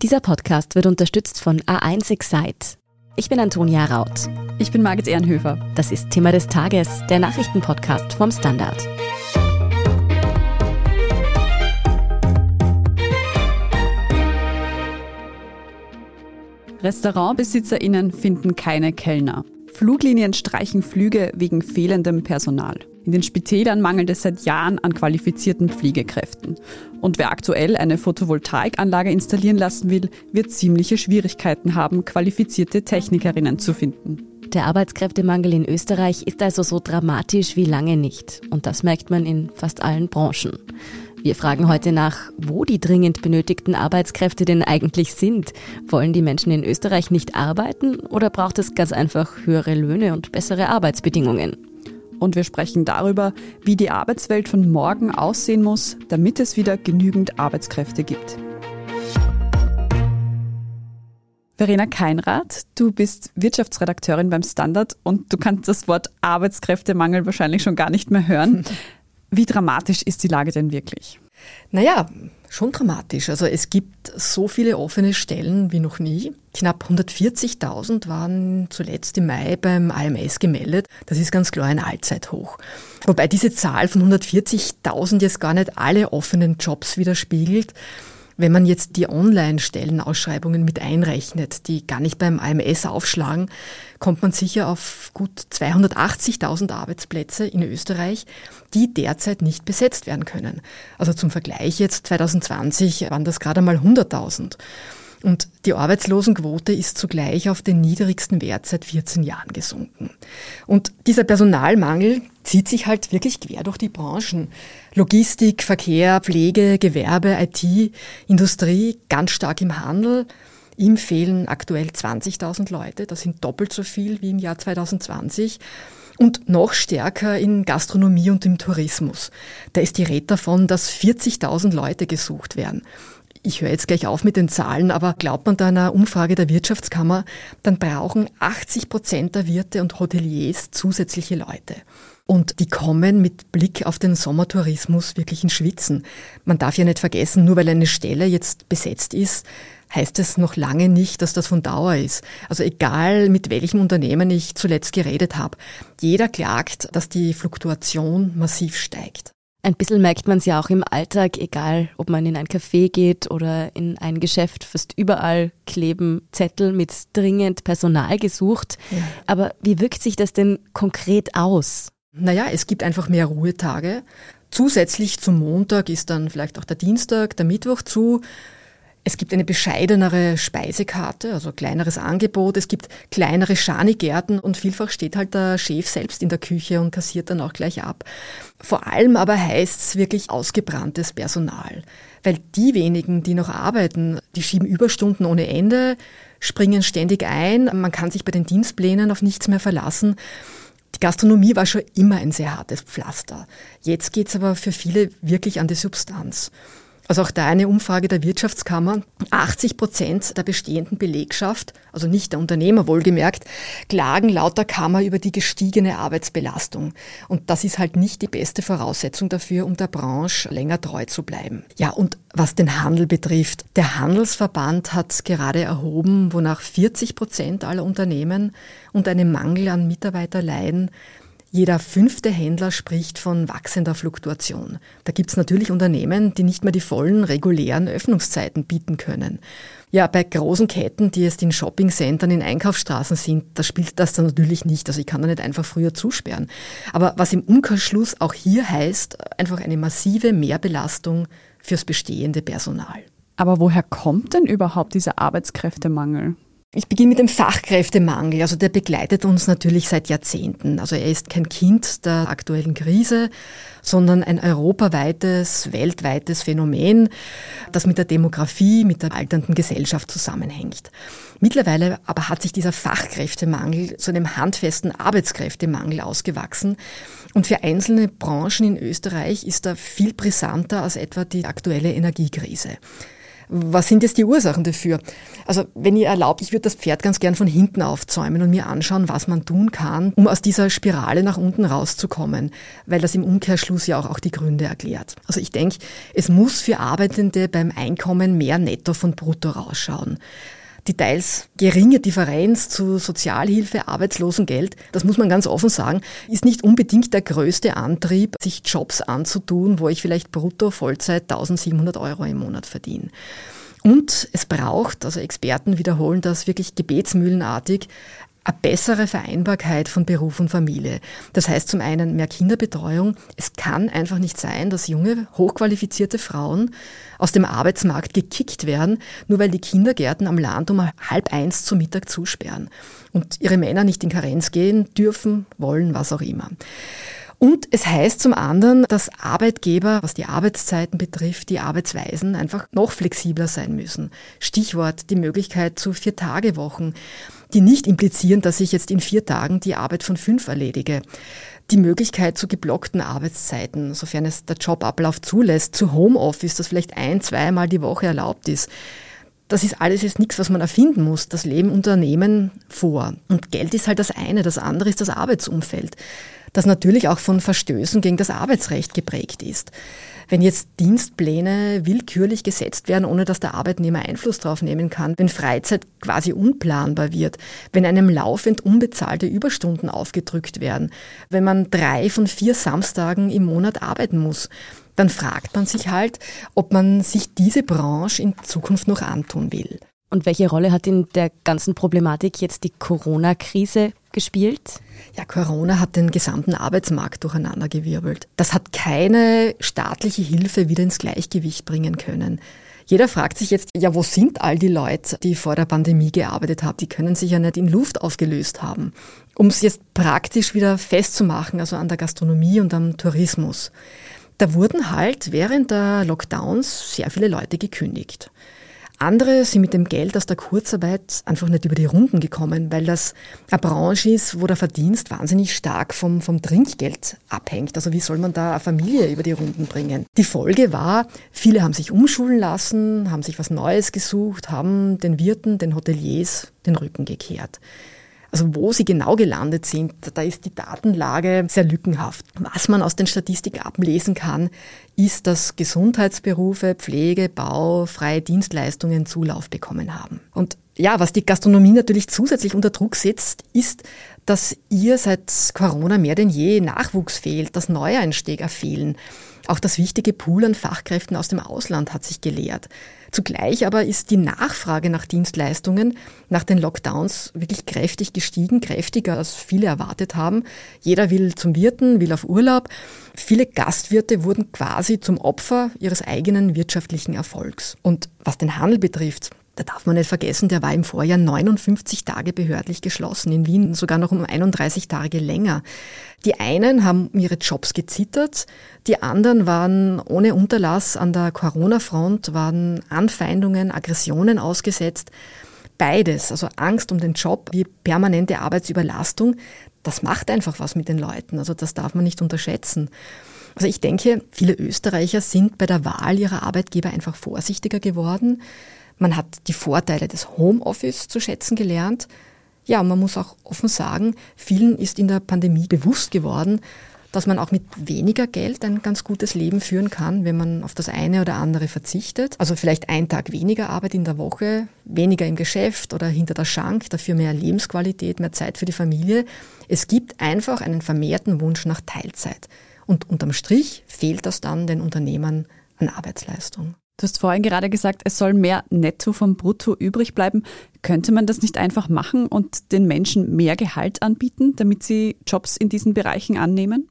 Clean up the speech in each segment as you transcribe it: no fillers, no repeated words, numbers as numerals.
Dieser Podcast wird unterstützt von A1 Excite. Ich bin Antonia Raut. Ich bin Margit Ehrenhöfer. Das ist Thema des Tages, der Nachrichtenpodcast vom Standard. RestaurantbesitzerInnen finden keine Kellner. Fluglinien streichen Flüge wegen fehlendem Personal. In den Spitälern mangelt es seit Jahren an qualifizierten Pflegekräften. Und wer aktuell eine Photovoltaikanlage installieren lassen will, wird ziemliche Schwierigkeiten haben, qualifizierte Technikerinnen zu finden. Der Arbeitskräftemangel in Österreich ist also so dramatisch wie lange nicht. Und das merkt man in fast allen Branchen. Wir fragen heute nach, wo die dringend benötigten Arbeitskräfte denn eigentlich sind. Wollen die Menschen in Österreich nicht arbeiten oder braucht es ganz einfach höhere Löhne und bessere Arbeitsbedingungen? Und wir sprechen darüber, wie die Arbeitswelt von morgen aussehen muss, damit es wieder genügend Arbeitskräfte gibt. Verena Keinrad, du bist Wirtschaftsredakteurin beim Standard und du kannst das Wort Arbeitskräftemangel wahrscheinlich schon gar nicht mehr hören. Wie dramatisch ist die Lage denn wirklich? Naja, schon dramatisch. Also es gibt so viele offene Stellen wie noch nie. Knapp 140.000 waren zuletzt im Mai beim AMS gemeldet. Das ist ganz klar ein Allzeithoch. Wobei diese Zahl von 140.000 jetzt gar nicht alle offenen Jobs widerspiegelt. Wenn man jetzt die Online-Stellenausschreibungen mit einrechnet, die gar nicht beim AMS aufschlagen, kommt man sicher auf gut 280.000 Arbeitsplätze in Österreich, die derzeit nicht besetzt werden können. Also zum Vergleich jetzt 2020 waren das gerade mal 100.000. Und die Arbeitslosenquote ist zugleich auf den niedrigsten Wert seit 14 Jahren gesunken. Und dieser Personalmangel zieht sich halt wirklich quer durch die Branchen. Logistik, Verkehr, Pflege, Gewerbe, IT, Industrie, ganz stark im Handel. Ihm fehlen aktuell 20.000 Leute. Das sind doppelt so viel wie im Jahr 2020. Und noch stärker in Gastronomie und im Tourismus. Da ist die Rede davon, dass 40.000 Leute gesucht werden. Ich höre jetzt gleich auf mit den Zahlen, aber glaubt man da einer Umfrage der Wirtschaftskammer, dann brauchen 80% der Wirte und Hoteliers zusätzliche Leute. Und die kommen mit Blick auf den Sommertourismus wirklich ins Schwitzen. Man darf ja nicht vergessen, nur weil eine Stelle jetzt besetzt ist, heißt es noch lange nicht, dass das von Dauer ist. Also egal, mit welchem Unternehmen ich zuletzt geredet habe, jeder klagt, dass die Fluktuation massiv steigt. Ein bisschen merkt man es ja auch im Alltag, egal ob man in ein Café geht oder in ein Geschäft, fast überall kleben Zettel mit dringend Personal gesucht. Ja. Aber wie wirkt sich das denn konkret aus? Naja, es gibt einfach mehr Ruhetage. Zusätzlich zum Montag ist dann vielleicht auch der Dienstag, der Mittwoch zu. Es gibt eine bescheidenere Speisekarte, also kleineres Angebot. Es gibt kleinere Schanigärten und vielfach steht halt der Chef selbst in der Küche und kassiert dann auch gleich ab. Vor allem aber heißt es wirklich ausgebranntes Personal. Weil die wenigen, die noch arbeiten, die schieben Überstunden ohne Ende, springen ständig ein. Man kann sich bei den Dienstplänen auf nichts mehr verlassen. Die Gastronomie war schon immer ein sehr hartes Pflaster. Jetzt geht's aber für viele wirklich an die Substanz. Also auch da eine Umfrage der Wirtschaftskammer. 80% der bestehenden Belegschaft, also nicht der Unternehmer wohlgemerkt, klagen laut der Kammer über die gestiegene Arbeitsbelastung. Und das ist halt nicht die beste Voraussetzung dafür, um der Branche länger treu zu bleiben. Ja, und was den Handel betrifft, der Handelsverband hat gerade erhoben, wonach 40% aller Unternehmen unter einem Mangel an Mitarbeitern leiden. Jeder 5. Händler spricht von wachsender Fluktuation. Da gibt's natürlich Unternehmen, die nicht mehr die vollen, regulären Öffnungszeiten bieten können. Ja, bei großen Ketten, die jetzt in Shoppingcentern, in Einkaufsstraßen sind, da spielt das dann natürlich nicht. Also ich kann da nicht einfach früher zusperren. Aber was im Umkehrschluss auch hier heißt, einfach eine massive Mehrbelastung fürs bestehende Personal. Aber woher kommt denn überhaupt dieser Arbeitskräftemangel? Ich beginne mit dem Fachkräftemangel. Also der begleitet uns natürlich seit Jahrzehnten. Also er ist kein Kind der aktuellen Krise, sondern ein europaweites, weltweites Phänomen, das mit der Demografie, mit der alternden Gesellschaft zusammenhängt. Mittlerweile aber hat sich dieser Fachkräftemangel zu einem handfesten Arbeitskräftemangel ausgewachsen. Und für einzelne Branchen in Österreich ist er viel brisanter als etwa die aktuelle Energiekrise. Was sind jetzt die Ursachen dafür? Also wenn ihr erlaubt, ich würde das Pferd ganz gern von hinten aufzäumen und mir anschauen, was man tun kann, um aus dieser Spirale nach unten rauszukommen, weil das im Umkehrschluss ja auch die Gründe erklärt. Also ich denke, es muss für Arbeitende beim Einkommen mehr Netto von Brutto rausschauen. Die teils geringe Differenz zu Sozialhilfe, Arbeitslosengeld, das muss man ganz offen sagen, ist nicht unbedingt der größte Antrieb, sich Jobs anzutun, wo ich vielleicht brutto Vollzeit 1.700 € im Monat verdiene. Und es braucht, also Experten wiederholen das wirklich gebetsmühlenartig, eine bessere Vereinbarkeit von Beruf und Familie. Das heißt zum einen mehr Kinderbetreuung. Es kann einfach nicht sein, dass junge, hochqualifizierte Frauen aus dem Arbeitsmarkt gekickt werden, nur weil die Kindergärten am Land um 12:30 zum Mittag zusperren und ihre Männer nicht in Karenz gehen dürfen, wollen, was auch immer. Und es heißt zum anderen, dass Arbeitgeber, was die Arbeitszeiten betrifft, die Arbeitsweisen einfach noch flexibler sein müssen. Stichwort die Möglichkeit zu 4-Tage-Wochen, die nicht implizieren, dass ich jetzt in 4 Tagen die Arbeit von 5 erledige. Die Möglichkeit zu geblockten Arbeitszeiten, sofern es der Jobablauf zulässt, zu Homeoffice, das vielleicht 1-2 Mal die Woche erlaubt ist. Das ist alles jetzt nichts, was man erfinden muss. Das leben Unternehmen vor. Und Geld ist halt das eine, das andere ist das Arbeitsumfeld, das natürlich auch von Verstößen gegen das Arbeitsrecht geprägt ist. Wenn jetzt Dienstpläne willkürlich gesetzt werden, ohne dass der Arbeitnehmer Einfluss drauf nehmen kann, wenn Freizeit quasi unplanbar wird, wenn einem laufend unbezahlte Überstunden aufgedrückt werden, wenn man 3 von 4 Samstagen im Monat arbeiten muss, dann fragt man sich halt, ob man sich diese Branche in Zukunft noch antun will. Und welche Rolle hat in der ganzen Problematik jetzt die Corona-Krise gespielt? Ja, Corona hat den gesamten Arbeitsmarkt durcheinandergewirbelt. Das hat keine staatliche Hilfe wieder ins Gleichgewicht bringen können. Jeder fragt sich jetzt, ja, wo sind all die Leute, die vor der Pandemie gearbeitet haben? Die können sich ja nicht in Luft aufgelöst haben. Um es jetzt praktisch wieder festzumachen, also an der Gastronomie und am Tourismus. Da wurden halt während der Lockdowns sehr viele Leute gekündigt. Andere sind mit dem Geld aus der Kurzarbeit einfach nicht über die Runden gekommen, weil das eine Branche ist, wo der Verdienst wahnsinnig stark vom Trinkgeld abhängt. Also wie soll man da eine Familie über die Runden bringen? Die Folge war, viele haben sich umschulen lassen, haben sich was Neues gesucht, haben den Wirten, den Hoteliers den Rücken gekehrt. Also wo sie genau gelandet sind, da ist die Datenlage sehr lückenhaft. Was man aus den Statistiken ablesen kann, ist, dass Gesundheitsberufe, Pflege, Bau, freie Dienstleistungen Zulauf bekommen haben. Und ja, was die Gastronomie natürlich zusätzlich unter Druck setzt, ist, dass ihr seit Corona mehr denn je Nachwuchs fehlt, dass Neueinsteiger fehlen. Auch das wichtige Pool an Fachkräften aus dem Ausland hat sich geleert. Zugleich aber ist die Nachfrage nach Dienstleistungen nach den Lockdowns wirklich kräftig gestiegen, kräftiger als viele erwartet haben. Jeder will zum Wirten, will auf Urlaub. Viele Gastwirte wurden quasi zum Opfer ihres eigenen wirtschaftlichen Erfolgs. Und was den Handel betrifft, da darf man nicht vergessen, der war im Vorjahr 59 Tage behördlich geschlossen, in Wien sogar noch um 31 Tage länger. Die einen haben um ihre Jobs gezittert, die anderen waren ohne Unterlass an der Corona-Front, waren Anfeindungen, Aggressionen ausgesetzt. Beides, also Angst um den Job wie permanente Arbeitsüberlastung, das macht einfach was mit den Leuten, also das darf man nicht unterschätzen. Also ich denke, viele Österreicher sind bei der Wahl ihrer Arbeitgeber einfach vorsichtiger geworden. Man hat die Vorteile des Homeoffice zu schätzen gelernt. Ja, und man muss auch offen sagen, vielen ist in der Pandemie bewusst geworden, dass man auch mit weniger Geld ein ganz gutes Leben führen kann, wenn man auf das eine oder andere verzichtet. Also vielleicht einen Tag weniger Arbeit in der Woche, weniger im Geschäft oder hinter der Schank, dafür mehr Lebensqualität, mehr Zeit für die Familie. Es gibt einfach einen vermehrten Wunsch nach Teilzeit. Und unterm Strich fehlt das dann den Unternehmern an Arbeitsleistung. Du hast vorhin gerade gesagt, es soll mehr Netto vom Brutto übrig bleiben. Könnte man das nicht einfach machen und den Menschen mehr Gehalt anbieten, damit sie Jobs in diesen Bereichen annehmen?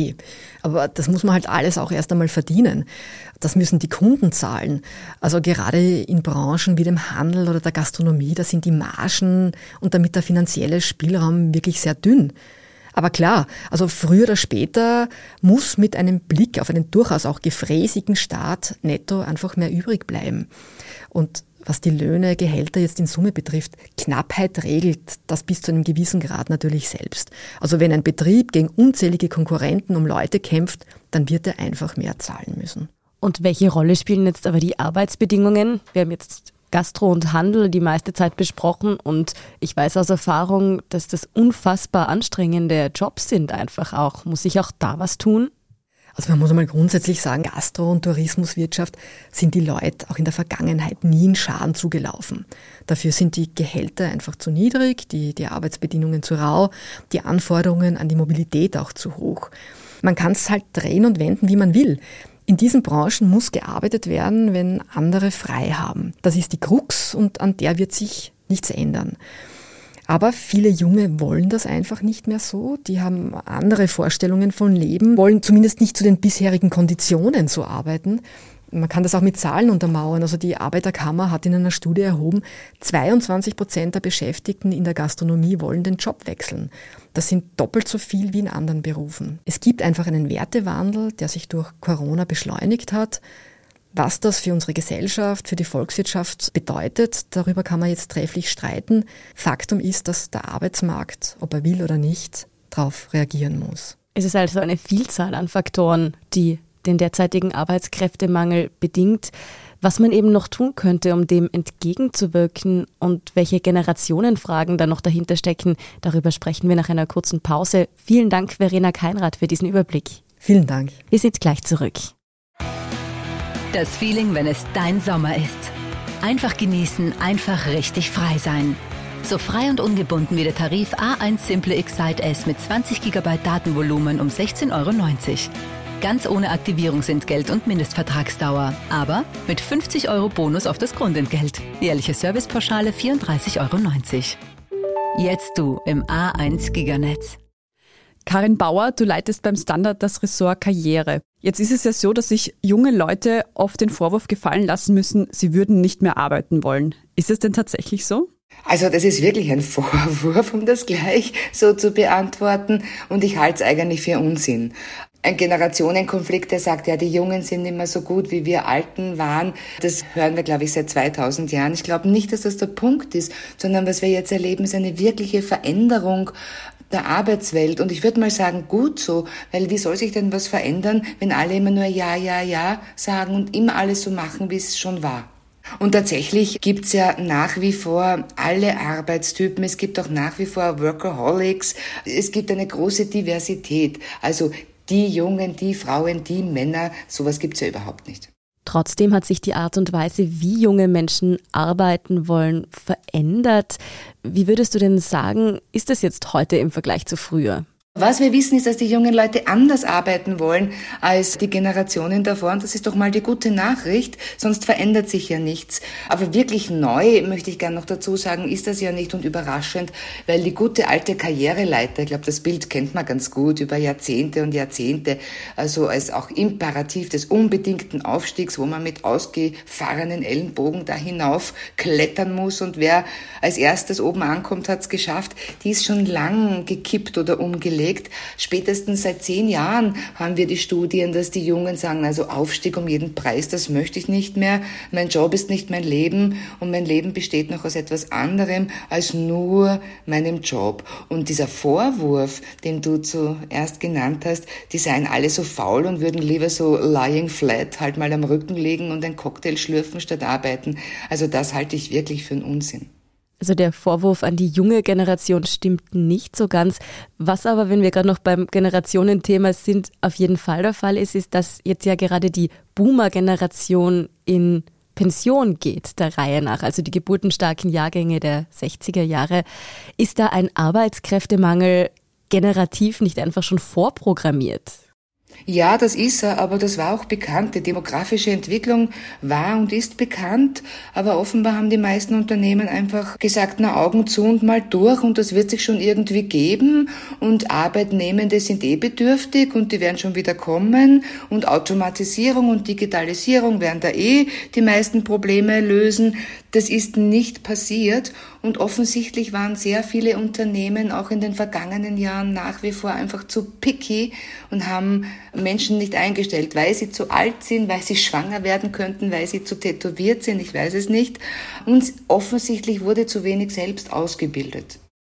Aber das muss man halt alles auch erst einmal verdienen. Das müssen die Kunden zahlen. Also gerade in Branchen wie dem Handel oder der Gastronomie, da sind die Margen und damit der finanzielle Spielraum wirklich sehr dünn. Aber klar, also früher oder später muss mit einem Blick auf einen durchaus auch gefräßigen Staat netto einfach mehr übrig bleiben. Und was die Löhne, Gehälter jetzt in Summe betrifft, Knappheit regelt das bis zu einem gewissen Grad natürlich selbst. Also wenn ein Betrieb gegen unzählige Konkurrenten um Leute kämpft, dann wird er einfach mehr zahlen müssen. Und welche Rolle spielen jetzt aber die Arbeitsbedingungen? Wir haben jetzt Gastro und Handel die meiste Zeit besprochen und ich weiß aus Erfahrung, dass das unfassbar anstrengende Jobs sind einfach auch. Muss ich auch da was tun? Also man muss einmal grundsätzlich sagen, Gastro- und Tourismuswirtschaft sind die Leute auch in der Vergangenheit nie in Scharen zugelaufen. Dafür sind die Gehälter einfach zu niedrig, die Arbeitsbedingungen zu rau, die Anforderungen an die Mobilität auch zu hoch. Man kann es halt drehen und wenden, wie man will. In diesen Branchen muss gearbeitet werden, wenn andere frei haben. Das ist die Krux und an der wird sich nichts ändern. Aber viele Junge wollen das einfach nicht mehr so. Die haben andere Vorstellungen von Leben, wollen zumindest nicht zu den bisherigen Konditionen so arbeiten. Man kann das auch mit Zahlen untermauern. Also die Arbeiterkammer hat in einer Studie erhoben, 22% der Beschäftigten in der Gastronomie wollen den Job wechseln. Das sind doppelt so viel wie in anderen Berufen. Es gibt einfach einen Wertewandel, der sich durch Corona beschleunigt hat. Was das für unsere Gesellschaft, für die Volkswirtschaft bedeutet, darüber kann man jetzt trefflich streiten. Faktum ist, dass der Arbeitsmarkt, ob er will oder nicht, darauf reagieren muss. Es ist also eine Vielzahl an Faktoren, die den derzeitigen Arbeitskräftemangel bedingt. Was man eben noch tun könnte, um dem entgegenzuwirken und welche Generationenfragen da noch dahinter stecken, darüber sprechen wir nach einer kurzen Pause. Vielen Dank, Verena Keinrad, für diesen Überblick. Vielen Dank. Wir sind gleich zurück. Das Feeling, wenn es dein Sommer ist. Einfach genießen, einfach richtig frei sein. So frei und ungebunden wie der Tarif A1 Simple Excite S mit 20 GB Datenvolumen um 16,90 €. Ganz ohne Aktivierungsentgelt und Mindestvertragsdauer. Aber mit 50 € Bonus auf das Grundentgelt. Jährliche Servicepauschale 34,90 €. Jetzt du im A1 Giganetz. Karin Bauer, du leitest beim Standard das Ressort Karriere. Jetzt ist es ja so, dass sich junge Leute oft den Vorwurf gefallen lassen müssen, sie würden nicht mehr arbeiten wollen. Ist es denn tatsächlich so? Also das ist wirklich ein Vorwurf, um das gleich so zu beantworten. Und ich halte es eigentlich für Unsinn. Ein Generationenkonflikt, der sagt, ja, die Jungen sind nicht mehr so gut, wie wir Alten waren. Das hören wir, glaube ich, seit 2000 Jahren. Ich glaube nicht, dass das der Punkt ist, sondern was wir jetzt erleben, ist eine wirkliche Veränderung der Arbeitswelt. Und ich würde mal sagen, gut so, weil wie soll sich denn was verändern, wenn alle immer nur ja, ja, ja sagen und immer alles so machen, wie es schon war. Und tatsächlich gibt's ja nach wie vor alle Arbeitstypen. Es gibt auch nach wie vor Workaholics. Es gibt eine große Diversität. Also die Jungen, die Frauen, die Männer, sowas gibt's ja überhaupt nicht. Trotzdem hat sich die Art und Weise, wie junge Menschen arbeiten wollen, verändert. Wie würdest du denn sagen, ist das jetzt heute im Vergleich zu früher? Was wir wissen, ist, dass die jungen Leute anders arbeiten wollen als die Generationen davor. Und das ist doch mal die gute Nachricht, sonst verändert sich ja nichts. Aber wirklich neu, möchte ich gerne noch dazu sagen, ist das ja nicht und überraschend, weil die gute alte Karriereleiter, ich glaube, das Bild kennt man ganz gut, über Jahrzehnte und Jahrzehnte, also als auch Imperativ des unbedingten Aufstiegs, wo man mit ausgefahrenen Ellenbogen da hinauf klettern muss und wer als erstes oben ankommt, hat's geschafft, die ist schon lang gekippt oder umgelegt. Spätestens seit 10 Jahren haben wir die Studien, dass die Jungen sagen, also Aufstieg um jeden Preis, das möchte ich nicht mehr. Mein Job ist nicht mein Leben und mein Leben besteht noch aus etwas anderem als nur meinem Job. Und dieser Vorwurf, den du zuerst genannt hast, die seien alle so faul und würden lieber so lying flat halt mal am Rücken liegen und einen Cocktail schlürfen statt arbeiten. Also das halte ich wirklich für einen Unsinn. Also der Vorwurf an die junge Generation stimmt nicht so ganz. Was aber, wenn wir gerade noch beim Generationenthema sind, auf jeden Fall der Fall ist, ist, dass jetzt ja gerade die Boomer-Generation in Pension geht, der Reihe nach. Also die geburtenstarken Jahrgänge der 60er Jahre. Ist da ein Arbeitskräftemangel generativ nicht einfach schon vorprogrammiert? Ja, das ist er, aber das war auch bekannt. Die demografische Entwicklung war und ist bekannt, aber offenbar haben die meisten Unternehmen einfach gesagt, na Augen zu und mal durch und das wird sich schon irgendwie geben und Arbeitnehmende sind bedürftig und die werden schon wieder kommen und Automatisierung und Digitalisierung werden da die meisten Probleme lösen. Das ist nicht passiert und offensichtlich waren sehr viele Unternehmen auch in den vergangenen Jahren nach wie vor einfach zu picky und haben Menschen nicht eingestellt, weil sie zu alt sind, weil sie schwanger werden könnten, weil sie zu tätowiert sind, ich weiß es nicht. Und offensichtlich wurde zu wenig selbst ausgebildet.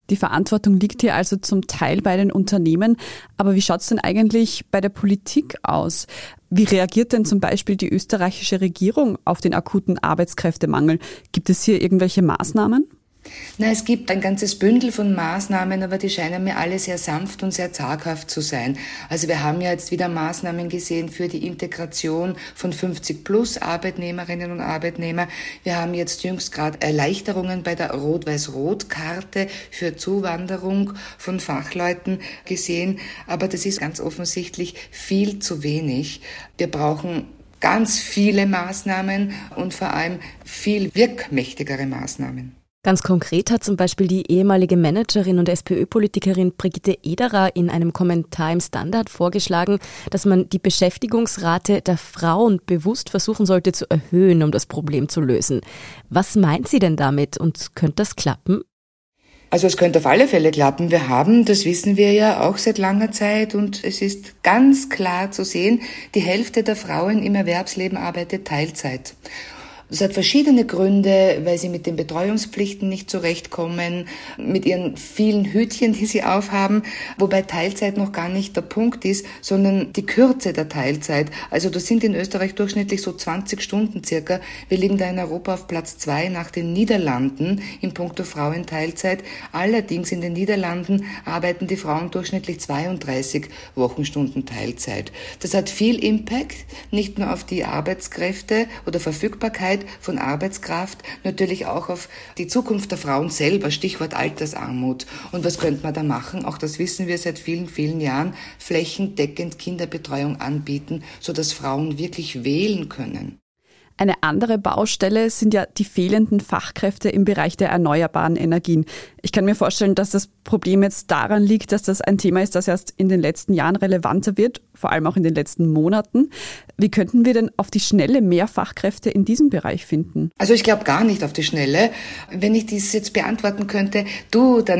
Die Verantwortung liegt hier also zum Teil bei den Unternehmen. Aber wie schaut es denn eigentlich bei der Politik aus? Wie reagiert denn zum Beispiel die österreichische Regierung auf den akuten Arbeitskräftemangel? Gibt es hier irgendwelche Maßnahmen? Na, es gibt ein ganzes Bündel von Maßnahmen, aber die scheinen mir alle sehr sanft und sehr zaghaft zu sein. Also wir haben ja jetzt wieder Maßnahmen gesehen für die Integration von 50+ Arbeitnehmerinnen und Arbeitnehmer. Wir haben jetzt jüngst gerade Erleichterungen bei der Rot-Weiß-Rot-Karte für Zuwanderung von Fachleuten gesehen. Aber das ist ganz offensichtlich viel zu wenig. Wir brauchen ganz viele Maßnahmen und vor allem viel wirkmächtigere Maßnahmen. Ganz konkret hat zum Beispiel die ehemalige Managerin und SPÖ-Politikerin Brigitte Ederer in einem Kommentar im Standard vorgeschlagen, dass man die Beschäftigungsrate der Frauen bewusst versuchen sollte zu erhöhen, um das Problem zu lösen. Was meint sie denn damit und könnte das klappen? Also es könnte auf alle Fälle klappen. Wir haben, das wissen wir ja auch seit langer Zeit und es ist ganz klar zu sehen, die Hälfte der Frauen im Erwerbsleben arbeitet Teilzeit. Das hat verschiedene Gründe, weil sie mit den Betreuungspflichten nicht zurechtkommen, mit ihren vielen Hütchen, die sie aufhaben, wobei Teilzeit noch gar nicht der Punkt ist, sondern die Kürze der Teilzeit. Also das sind in Österreich durchschnittlich so 20 Stunden circa. Wir liegen da in Europa auf Platz 2 nach den Niederlanden in puncto Frauenteilzeit. Allerdings in den Niederlanden arbeiten die Frauen durchschnittlich 32 Wochenstunden Teilzeit. Das hat viel Impact, nicht nur auf die Arbeitskräfte oder Verfügbarkeit von Arbeitskraft, natürlich auch auf die Zukunft der Frauen selber, Stichwort Altersarmut. Und was könnte man da machen? Auch das wissen wir seit vielen, vielen Jahren. Flächendeckend Kinderbetreuung anbieten, sodass Frauen wirklich wählen können. Eine andere Baustelle sind ja die fehlenden Fachkräfte im Bereich der erneuerbaren Energien. Ich kann mir vorstellen, dass das Problem jetzt daran liegt, dass das ein Thema ist, das erst in den letzten Jahren relevanter wird, vor allem auch in den letzten Monaten. Wie könnten wir denn auf die Schnelle mehr Fachkräfte in diesem Bereich finden? Also ich glaube gar nicht auf die Schnelle. Wenn ich dies jetzt beantworten könnte, dann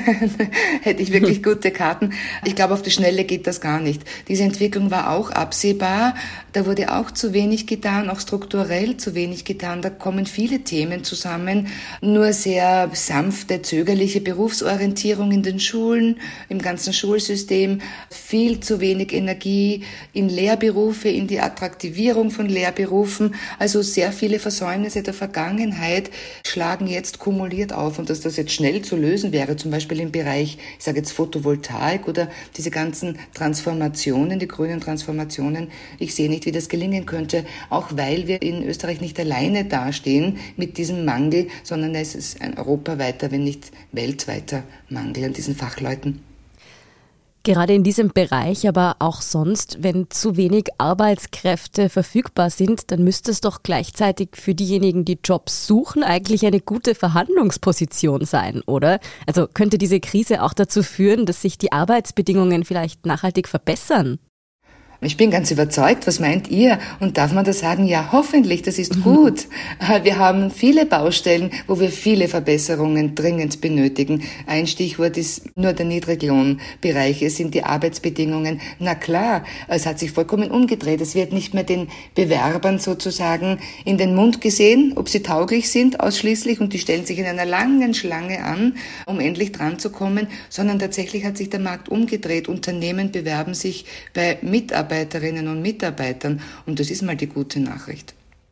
hätte ich wirklich gute Karten. Ich glaube, auf die Schnelle geht das gar nicht. Diese Entwicklung war auch absehbar. Da wurde auch zu wenig getan, auch strukturell zu wenig getan. Da kommen viele Themen zusammen. Nur sehr sanfte, zögerliche Berufsorientierung in den Schulen, im ganzen Schulsystem. Viel zu wenig Energie in Lehrberufe, in die Attraktivierung von Lehrberufen. Also sehr viele Versäumnisse der Vergangenheit schlagen jetzt kumuliert auf. Und dass das jetzt schnell zu lösen wäre, zum Beispiel im Bereich, ich sage jetzt Photovoltaik oder diese ganzen Transformationen, die grünen Transformationen, ich sehe nicht, wie das gelingen könnte, auch weil wir in Österreich nicht alleine dastehen mit diesem Mangel, sondern es ist ein europaweiter, wenn nicht weltweiter Mangel an diesen Fachleuten. Gerade in diesem Bereich, aber auch sonst, wenn zu wenig Arbeitskräfte verfügbar sind, dann müsste es doch gleichzeitig für diejenigen, die Jobs suchen, eigentlich eine gute Verhandlungsposition sein, oder? Also könnte diese Krise auch dazu führen, dass sich die Arbeitsbedingungen vielleicht nachhaltig verbessern? Ich bin ganz überzeugt, was meint ihr? Und darf man da sagen, ja, hoffentlich, das ist gut. Wir haben viele Baustellen, wo wir viele Verbesserungen dringend benötigen. Ein Stichwort ist nur der Niedriglohnbereich. Es sind die Arbeitsbedingungen. Na klar, es hat sich vollkommen umgedreht. Es wird nicht mehr den Bewerbern sozusagen in den Mund gesehen, ob sie tauglich sind ausschließlich, und die stellen sich in einer langen Schlange an, um endlich dran zu kommen, sondern tatsächlich hat sich der Markt umgedreht. Unternehmen bewerben sich bei Mitarbeiterinnen und Mitarbeitern, und das ist mal die gute Nachricht.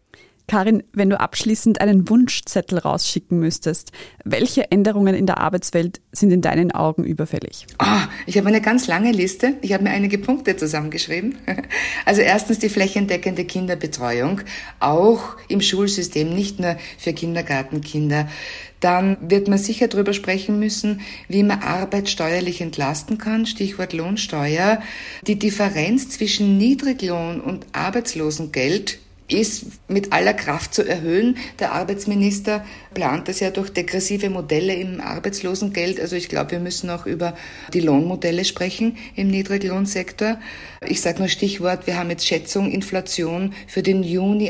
Karin, wenn du abschließend einen Wunschzettel rausschicken müsstest, welche Änderungen in der Arbeitswelt sind in deinen Augen überfällig? Ich habe eine ganz lange Liste. Ich habe mir einige Punkte zusammengeschrieben. Also erstens die flächendeckende Kinderbetreuung, auch im Schulsystem, nicht nur für Kindergartenkinder. Dann wird man sicher darüber sprechen müssen, wie man Arbeit steuerlich entlasten kann, Stichwort Lohnsteuer. Die Differenz zwischen Niedriglohn und Arbeitslosengeld ist mit aller Kraft zu erhöhen. Der Arbeitsminister plant das ja durch degressive Modelle im Arbeitslosengeld. Also ich glaube, wir müssen auch über die Lohnmodelle sprechen im Niedriglohnsektor. Ich sage nur Stichwort, wir haben jetzt Schätzung Inflation für den Juni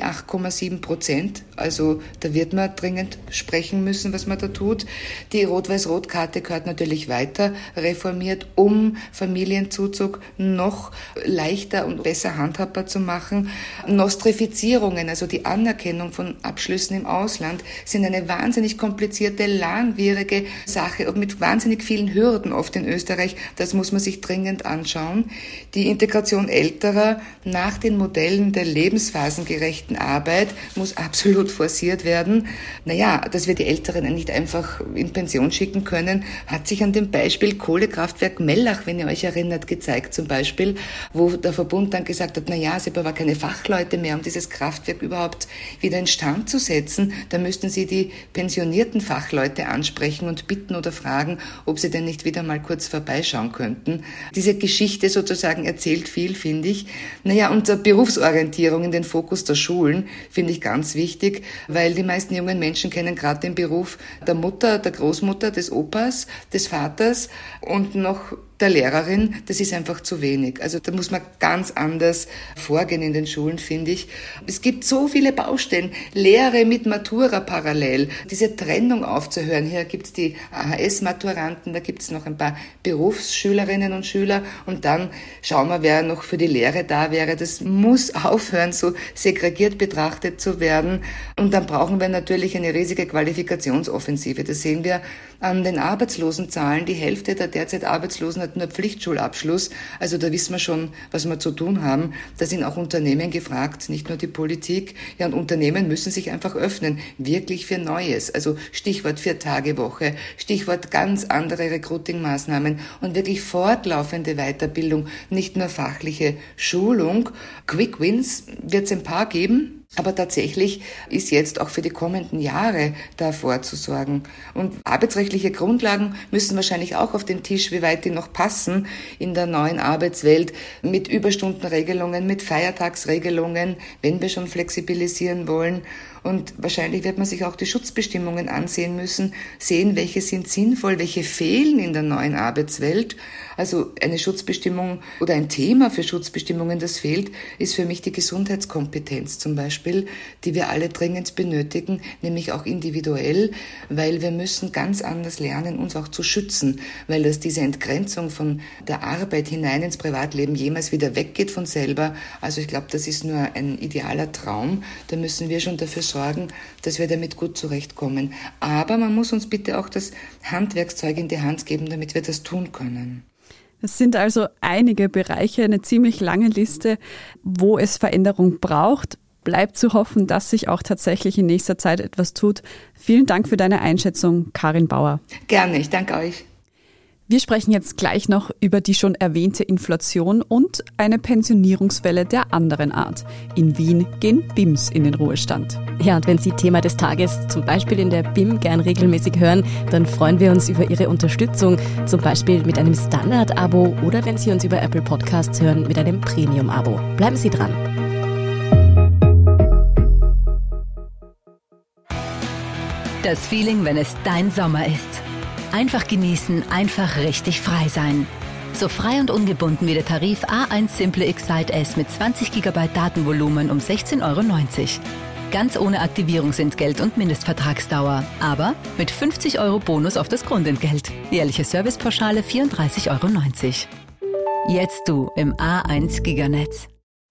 8,7%. Also da wird man dringend sprechen müssen, was man da tut. Die Rot-Weiß-Rot-Karte gehört natürlich weiter reformiert, um Familienzuzug noch leichter und besser handhabbar zu machen. Nostrifizierungen, also die Anerkennung von Abschlüssen im Ausland, sind eine wahnsinnig komplizierte, langwierige Sache mit wahnsinnig vielen Hürden oft in Österreich. Das muss man sich dringend anschauen. Die Integration Älterer nach den Modellen der lebensphasengerechten Arbeit muss absolut forciert werden. Dass wir die Älteren nicht einfach in Pension schicken können, hat sich an dem Beispiel Kohlekraftwerk Mellach, wenn ihr euch erinnert, gezeigt zum Beispiel, wo der Verbund dann gesagt hat, sie haben aber keine Fachleute mehr, um dieses Kraftwerk überhaupt wieder instand zu setzen. Da müssten sie die pensionierten Fachleute ansprechen und bitten oder fragen, ob sie denn nicht wieder mal kurz vorbeischauen könnten. Diese Geschichte sozusagen erzählt viel, finde ich. Und Berufsorientierung in den Fokus der Schulen finde ich ganz wichtig, weil die meisten jungen Menschen kennen gerade den Beruf der Mutter, der Großmutter, des Opas, des Vaters und noch der Lehrerin. Das ist einfach zu wenig. Also da muss man ganz anders vorgehen in den Schulen, finde ich. Es gibt so viele Baustellen. Lehre mit Matura parallel. Diese Trennung aufzuhören. Hier gibt es die AHS-Maturanten, da gibt es noch ein paar Berufsschülerinnen und Schüler und dann schauen wir, wer noch für die Lehre da wäre. Das muss aufhören, so segregiert betrachtet zu werden. Und dann brauchen wir natürlich eine riesige Qualifikationsoffensive. Das sehen wir an den Arbeitslosenzahlen. Die Hälfte der derzeit Arbeitslosen hat nur Pflichtschulabschluss. Also da wissen wir schon, was wir zu tun haben. Da sind auch Unternehmen gefragt, nicht nur die Politik. Ja, und Unternehmen müssen sich einfach öffnen, wirklich für Neues. Also Stichwort 4-Tage-Woche, Stichwort ganz andere Recruiting-Maßnahmen und wirklich fortlaufende Weiterbildung, nicht nur fachliche Schulung. Quick Wins wird es ein paar geben. Aber tatsächlich ist jetzt auch für die kommenden Jahre da vorzusorgen. Und arbeitsrechtliche Grundlagen müssen wahrscheinlich auch auf den Tisch, wie weit die noch passen in der neuen Arbeitswelt, mit Überstundenregelungen, mit Feiertagsregelungen, wenn wir schon flexibilisieren wollen. Und wahrscheinlich wird man sich auch die Schutzbestimmungen ansehen müssen, sehen, welche sind sinnvoll, welche fehlen in der neuen Arbeitswelt. Also eine Schutzbestimmung oder ein Thema für Schutzbestimmungen, das fehlt, ist für mich die Gesundheitskompetenz zum Beispiel, die wir alle dringend benötigen, nämlich auch individuell, weil wir müssen ganz anders lernen, uns auch zu schützen, weil das diese Entgrenzung von der Arbeit hinein ins Privatleben jemals wieder weggeht von selber. Also ich glaube, das ist nur ein idealer Traum. Da müssen wir schon dafür sorgen, dass wir damit gut zurechtkommen. Aber man muss uns bitte auch das Handwerkszeug in die Hand geben, damit wir das tun können. Es sind also einige Bereiche, eine ziemlich lange Liste, wo es Veränderung braucht. Bleibt zu hoffen, dass sich auch tatsächlich in nächster Zeit etwas tut. Vielen Dank für deine Einschätzung, Karin Bauer. Gerne, ich danke euch. Wir sprechen jetzt gleich noch über die schon erwähnte Inflation und eine Pensionierungswelle der anderen Art. In Wien gehen BIMs in den Ruhestand. Ja, und wenn Sie Thema des Tages zum Beispiel in der BIM gern regelmäßig hören, dann freuen wir uns über Ihre Unterstützung, zum Beispiel mit einem Standard-Abo oder wenn Sie uns über Apple Podcasts hören, mit einem Premium-Abo. Bleiben Sie dran. Das Feeling, wenn es dein Sommer ist. Einfach genießen, einfach richtig frei sein. So frei und ungebunden wie der Tarif A1 Simple Excite S mit 20 GB Datenvolumen um 16,90 €. Ganz ohne Aktivierungsentgelt und Mindestvertragsdauer. Aber mit 50 € Bonus auf das Grundentgelt. Jährliche Servicepauschale 34,90 €. Jetzt du im A1 Giganetz.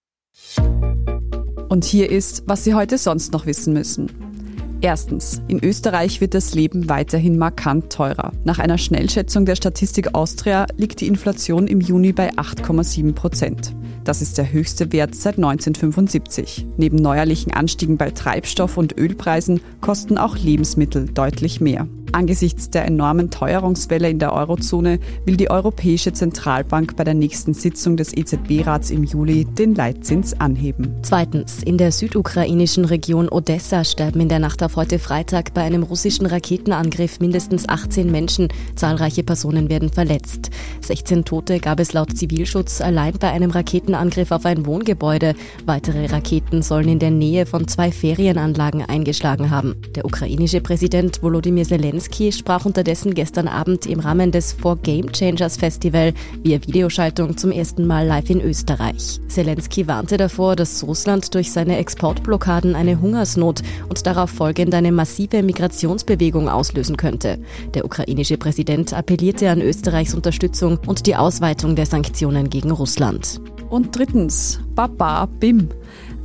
Und hier ist, was Sie heute sonst noch wissen müssen. Erstens, in Österreich wird das Leben weiterhin markant teurer. Nach einer Schnellschätzung der Statistik Austria liegt die Inflation im Juni bei 8,7%. Das ist der höchste Wert seit 1975. Neben neuerlichen Anstiegen bei Treibstoff- und Ölpreisen kosten auch Lebensmittel deutlich mehr. Angesichts der enormen Teuerungswelle in der Eurozone will die Europäische Zentralbank bei der nächsten Sitzung des EZB-Rats im Juli den Leitzins anheben. Zweitens, in der südukrainischen Region Odessa sterben in der Nacht auf heute Freitag bei einem russischen Raketenangriff mindestens 18 Menschen. Zahlreiche Personen werden verletzt. 16 Tote gab es laut Zivilschutz allein bei einem Raketenangriff auf ein Wohngebäude. Weitere Raketen sollen in der Nähe von 2 Ferienanlagen eingeschlagen haben. Der ukrainische Präsident Volodymyr Zelensky sprach unterdessen gestern Abend im Rahmen des 4 Game Changers Festival via Videoschaltung zum ersten Mal live in Österreich. Zelensky warnte davor, dass Russland durch seine Exportblockaden eine Hungersnot und darauf folgend eine massive Migrationsbewegung auslösen könnte. Der ukrainische Präsident appellierte an Österreichs Unterstützung und die Ausweitung der Sanktionen gegen Russland. Und drittens, Baba BIM.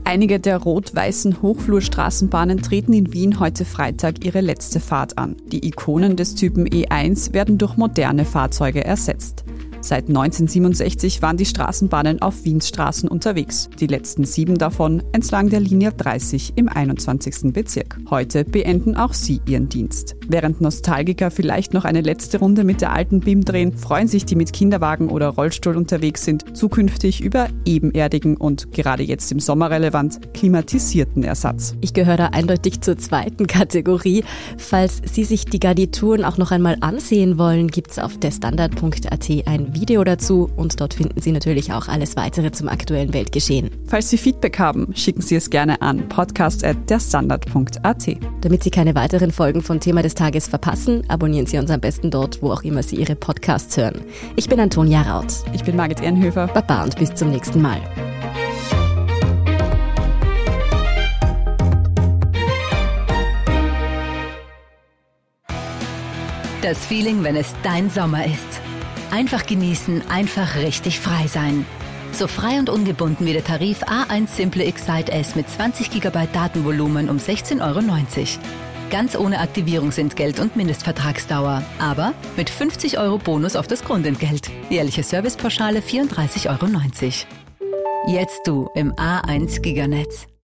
Einige der rot-weißen Hochflurstraßenbahnen treten in Wien heute Freitag ihre letzte Fahrt an. Die Ikonen des Typen E1 werden durch moderne Fahrzeuge ersetzt. Seit 1967 waren die Straßenbahnen auf Wiens Straßen unterwegs. Die letzten 7 davon entlang der Linie 30 im 21. Bezirk. Heute beenden auch sie ihren Dienst. Während Nostalgiker vielleicht noch eine letzte Runde mit der alten BIM drehen, freuen sich die mit Kinderwagen oder Rollstuhl unterwegs sind, zukünftig über ebenerdigen und gerade jetzt im Sommer relevant klimatisierten Ersatz. Ich gehöre da eindeutig zur zweiten Kategorie. Falls Sie sich die Garnituren auch noch einmal ansehen wollen, gibt's auf derstandard.at ein Video dazu und dort finden Sie natürlich auch alles weitere zum aktuellen Weltgeschehen. Falls Sie Feedback haben, schicken Sie es gerne an podcast@derstandard.at. Damit Sie keine weiteren Folgen von Thema des Tages verpassen, abonnieren Sie uns am besten dort, wo auch immer Sie Ihre Podcasts hören. Ich bin Antonia Raut. Ich bin Margit Ehrenhöfer. Baba und bis zum nächsten Mal. Das Feeling, wenn es dein Sommer ist. Einfach genießen, einfach richtig frei sein. So frei und ungebunden wie der Tarif A1 Simple Excite S mit 20 GB Datenvolumen um 16,90 €. Ganz ohne Aktivierungsentgelt und Mindestvertragsdauer. Aber mit 50 € Bonus auf das Grundentgelt. Jährliche Servicepauschale 34,90 €. Jetzt du im A1 Giganetz.